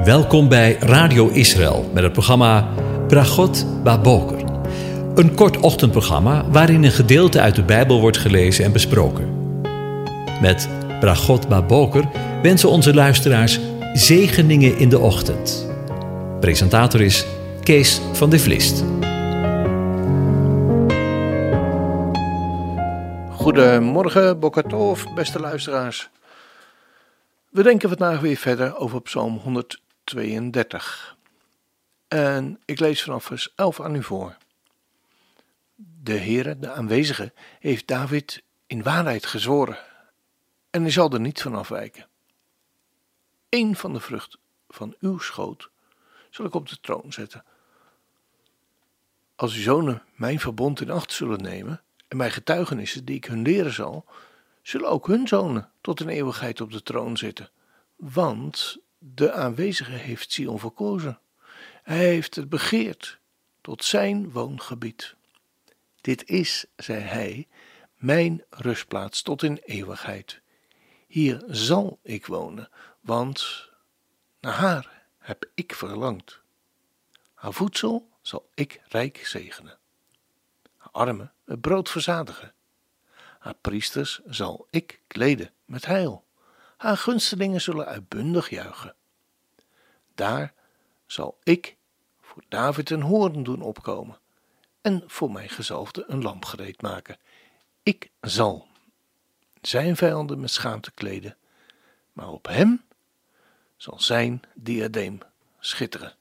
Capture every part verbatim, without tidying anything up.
Welkom bij Radio Israël met het programma Bragot Baboker. Een kort ochtendprogramma waarin een gedeelte uit de Bijbel wordt gelezen en besproken. Met Bragot Baboker wensen onze luisteraars zegeningen in de ochtend. Presentator is Kees van de Vlist. Goedemorgen, Boker Tov, beste luisteraars. We denken vandaag weer verder over Psalm honderdtweeëndertig. En ik lees vanaf vers elf aan u voor. De Heere, de aanwezige, heeft David in waarheid gezworen en hij zal er niet van afwijken. Eén van de vrucht van uw schoot zal ik op de troon zetten. Als uw zonen mijn verbond in acht zullen nemen en mijn getuigenissen die ik hun leren zal, zullen ook hun zonen tot in eeuwigheid op de troon zitten. Want de aanwezige heeft Sion verkozen. Hij heeft het begeerd tot zijn woongebied. Dit is, zei hij, mijn rustplaats tot in eeuwigheid. Hier zal ik wonen, want naar haar heb ik verlangd. Haar voedsel zal ik rijk zegenen. Haar armen het brood verzadigen. Haar priesters zal ik kleden met heil. Haar gunstelingen zullen uitbundig juichen. Daar zal ik voor David een hoorn doen opkomen en voor mijn gezalfde een lamp gereed maken. Ik zal zijn vijanden met schaamte kleden, maar op hem zal zijn diadeem schitteren.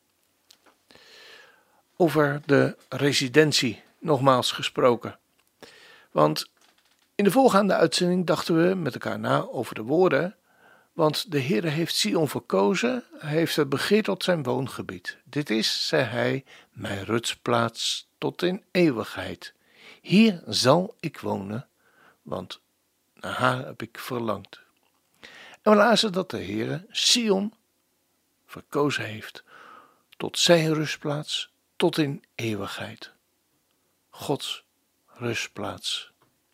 Over de residentie nogmaals gesproken. Want in de voorgaande uitzending dachten we met elkaar na over de woorden, want de Heere heeft Sion verkozen, hij heeft het begeerd tot zijn woongebied. Dit is, zei hij, mijn rustplaats tot in eeuwigheid. Hier zal ik wonen, want naar haar heb ik verlangd. En we lazen dat de Heere Sion verkozen heeft tot zijn rustplaats tot in eeuwigheid. Gods rustplaats.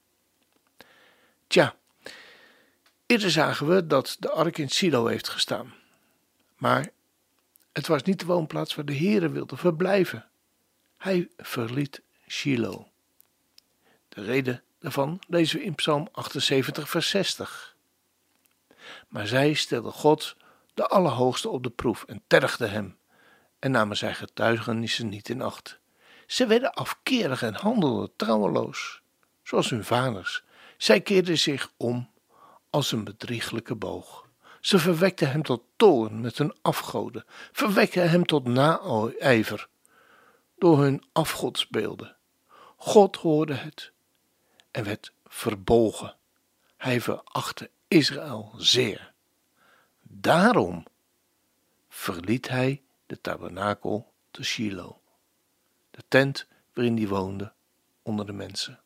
Tja, eerder zagen we dat de ark in Silo heeft gestaan. Maar het was niet de woonplaats waar de Heere wilde verblijven. Hij verliet Shilo. De reden daarvan lezen we in Psalm achtenzeventig vers zestig. Maar zij stelden God, de Allerhoogste, op de proef en tergden hem en namen zijn getuigenissen niet in acht. Ze werden afkerig en handelden trouweloos, zoals hun vaders. Zij keerden zich om als een bedrieglijke boog. Ze verwekten hem tot toorn met hun afgoden, verwekten hem tot naijver door hun afgodsbeelden. God hoorde het en werd verbolgen. Hij verachtte Israël zeer. Daarom verliet hij de tabernakel te Shilo, de tent waarin hij woonde onder de mensen.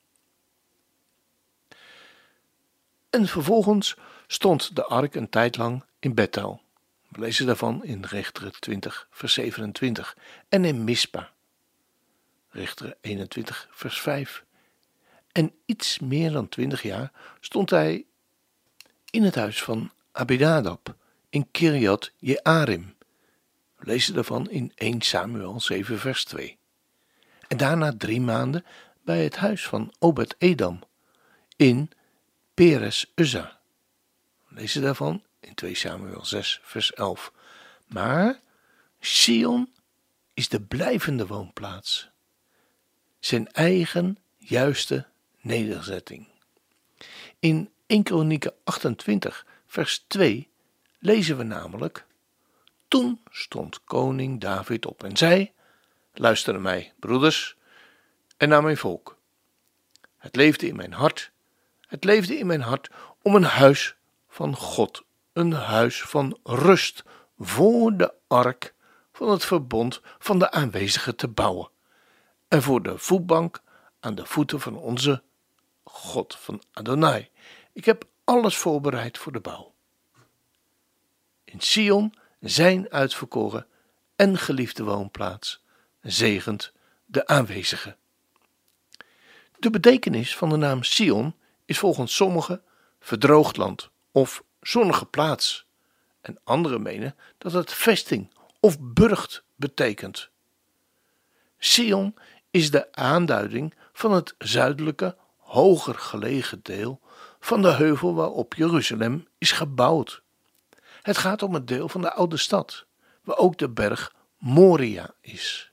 En vervolgens stond de ark een tijd lang in Bethel. We lezen daarvan in Richteren twintig vers zevenentwintig en in Mispa. Richteren eenentwintig vers vijf. En iets meer dan twintig jaar stond hij in het huis van Abinadab in Kirjat Jearim. We lezen daarvan in eerste Samuel zeven vers twee. En daarna drie maanden bij het huis van Obed-Edom in Peres Uzza. We lezen daarvan in tweede Samuel zes vers elf. Maar Sion is de blijvende woonplaats. Zijn eigen juiste nederzetting. In eerste Kronieken achtentwintig vers twee lezen we namelijk: Toen stond koning David op en zei: Luister naar mij, broeders, en naar mijn volk. Het leefde in mijn hart, het leefde in mijn hart om een huis van God, een huis van rust voor de ark van het verbond van de aanwezige te bouwen en voor de voetbank aan de voeten van onze God, van Adonai. Ik heb alles voorbereid voor de bouw. In Sion, zijn uitverkoren en geliefde woonplaats, zegent de aanwezige. De betekenis van de naam Sion is volgens sommigen verdroogd land of zonnige plaats. En anderen menen dat het vesting of burcht betekent. Sion is de aanduiding van het zuidelijke, hoger gelegen deel van de heuvel waarop Jeruzalem is gebouwd. Het gaat om het deel van de oude stad, waar ook de berg Moria is.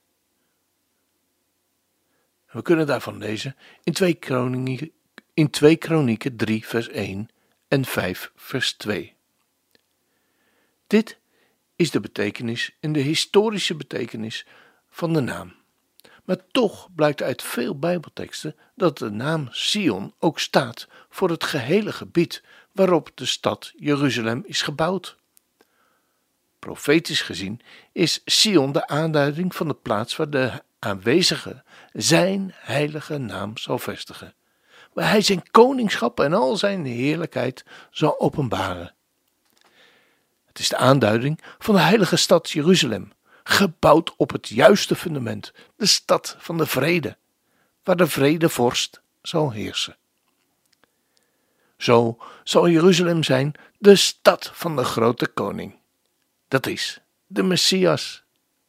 We kunnen daarvan lezen in twee Kronieken, in twee Kronieken drie vers één en vijf vers twee. Dit is de betekenis en de historische betekenis van de naam. Maar toch blijkt uit veel Bijbelteksten dat de naam Sion ook staat voor het gehele gebied waarop de stad Jeruzalem is gebouwd. Profetisch gezien is Sion de aanduiding van de plaats waar de aanwezige zijn heilige naam zal vestigen, waar hij zijn koningschap en al zijn heerlijkheid zal openbaren. Het is de aanduiding van de heilige stad Jeruzalem, gebouwd op het juiste fundament, de stad van de vrede, waar de vredevorst zal heersen. Zo zal Jeruzalem zijn de stad van de grote koning. Dat is de Messias.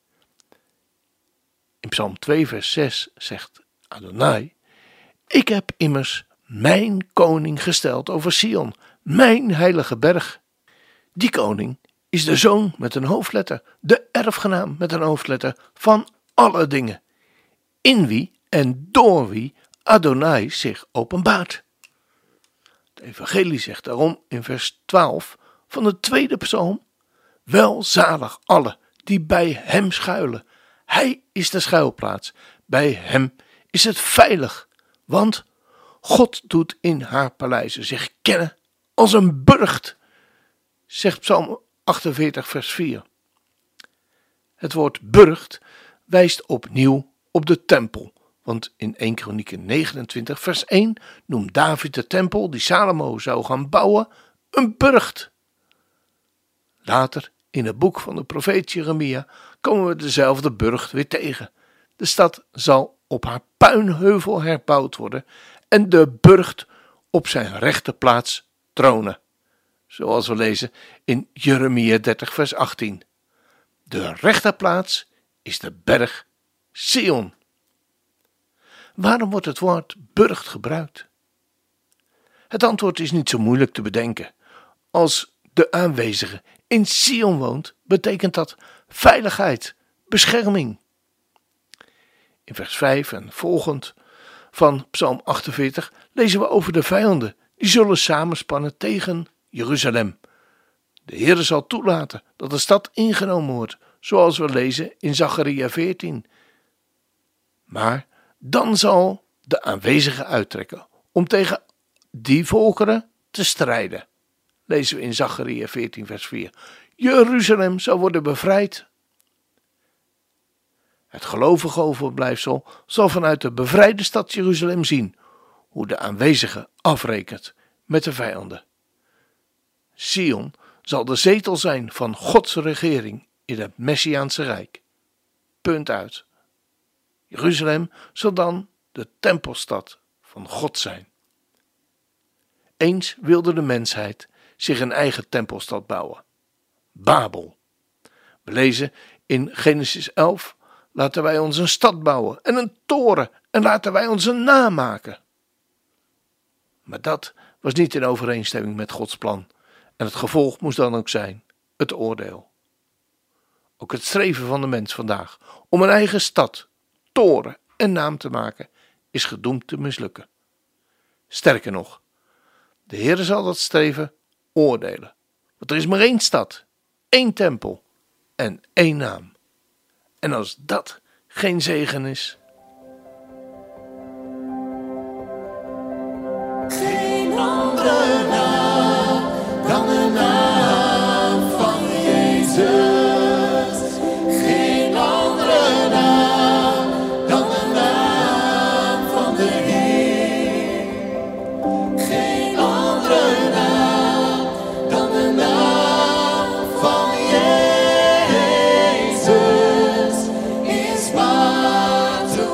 In Psalm twee vers zes zegt Adonai: ik heb immers mijn koning gesteld over Sion, mijn heilige berg. Die koning is de zoon met een hoofdletter, de erfgenaam met een hoofdletter van alle dingen, in wie en door wie Adonai zich openbaart. Het evangelie zegt daarom in vers twaalf van de tweede psalm: welzalig alle die bij hem schuilen. Hij is de schuilplaats. Bij hem is het veilig, want God doet in haar paleizen zich kennen als een burcht, zegt Psalm achtenveertig vers vier. Het woord burcht wijst opnieuw op de tempel, want in eerste Kronieken negenentwintig vers één noemt David de tempel die Salomo zou gaan bouwen een burcht. Later in het boek van de profeet Jeremia komen we dezelfde burcht weer tegen. De stad zal op haar puinheuvel herbouwd worden en de burcht op zijn rechte plaats tronen. Zoals we lezen in Jeremia dertig vers achttien. De rechte plaats is de berg Sion. Waarom wordt het woord burcht gebruikt? Het antwoord is niet zo moeilijk te bedenken. Als de aanwezige in Sion woont, betekent dat veiligheid, bescherming. In vers vijf en volgend van Psalm achtenveertig lezen we over de vijanden die zullen samenspannen tegen Jeruzalem. De Heere zal toelaten dat de stad ingenomen wordt, zoals we lezen in Zacharia veertien. Maar dan zal de aanwezige uittrekken om tegen die volkeren te strijden. Lezen we in Zacharia veertien vers vier. Jeruzalem zal worden bevrijd. Het gelovige overblijfsel zal vanuit de bevrijde stad Jeruzalem zien hoe de aanwezige afrekent met de vijanden. Sion zal de zetel zijn van Gods regering in het Messiaanse Rijk. Punt uit. Jeruzalem zal dan de tempelstad van God zijn. Eens wilde de mensheid zich een eigen tempelstad bouwen. Babel. We lezen in Genesis elf: laten wij ons een stad bouwen en een toren en laten wij ons een naam maken. Maar dat was niet in overeenstemming met Gods plan en het gevolg moest dan ook zijn het oordeel. Ook het streven van de mens vandaag om een eigen stad, toren en naam te maken is gedoemd te mislukken. Sterker nog, de Heer zal dat streven oordelen. Want er is maar één stad, één tempel en één naam. En als dat geen zegen is. Geen andere naam dan de naam van Jezus. Geen andere naam dan de naam van de Heer. Geen andere naam dan de naam van Jezus is maar te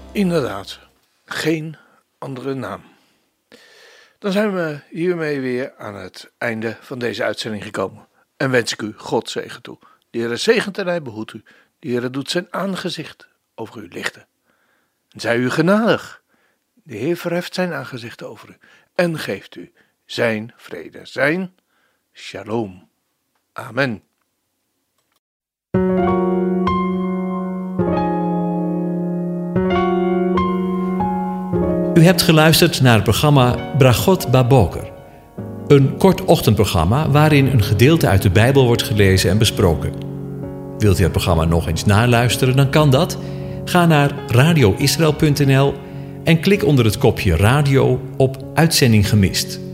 Inderdaad, geen andere naam. Dan zijn we hiermee weer aan het einde van deze uitzending gekomen. En wens ik u God zegen toe. De Heere zegent en hij behoedt u. De Heere doet zijn aangezicht over u lichten. En zij u genadig. De Heer verheft zijn aangezicht over u. En geeft u zijn vrede, zijn shalom. Amen. U hebt geluisterd naar het programma Bragot Baboker. Een kort ochtendprogramma waarin een gedeelte uit de Bijbel wordt gelezen en besproken. Wilt u het programma nog eens naluisteren, dan kan dat. Ga naar radio israël punt n l en klik onder het kopje radio op Uitzending gemist.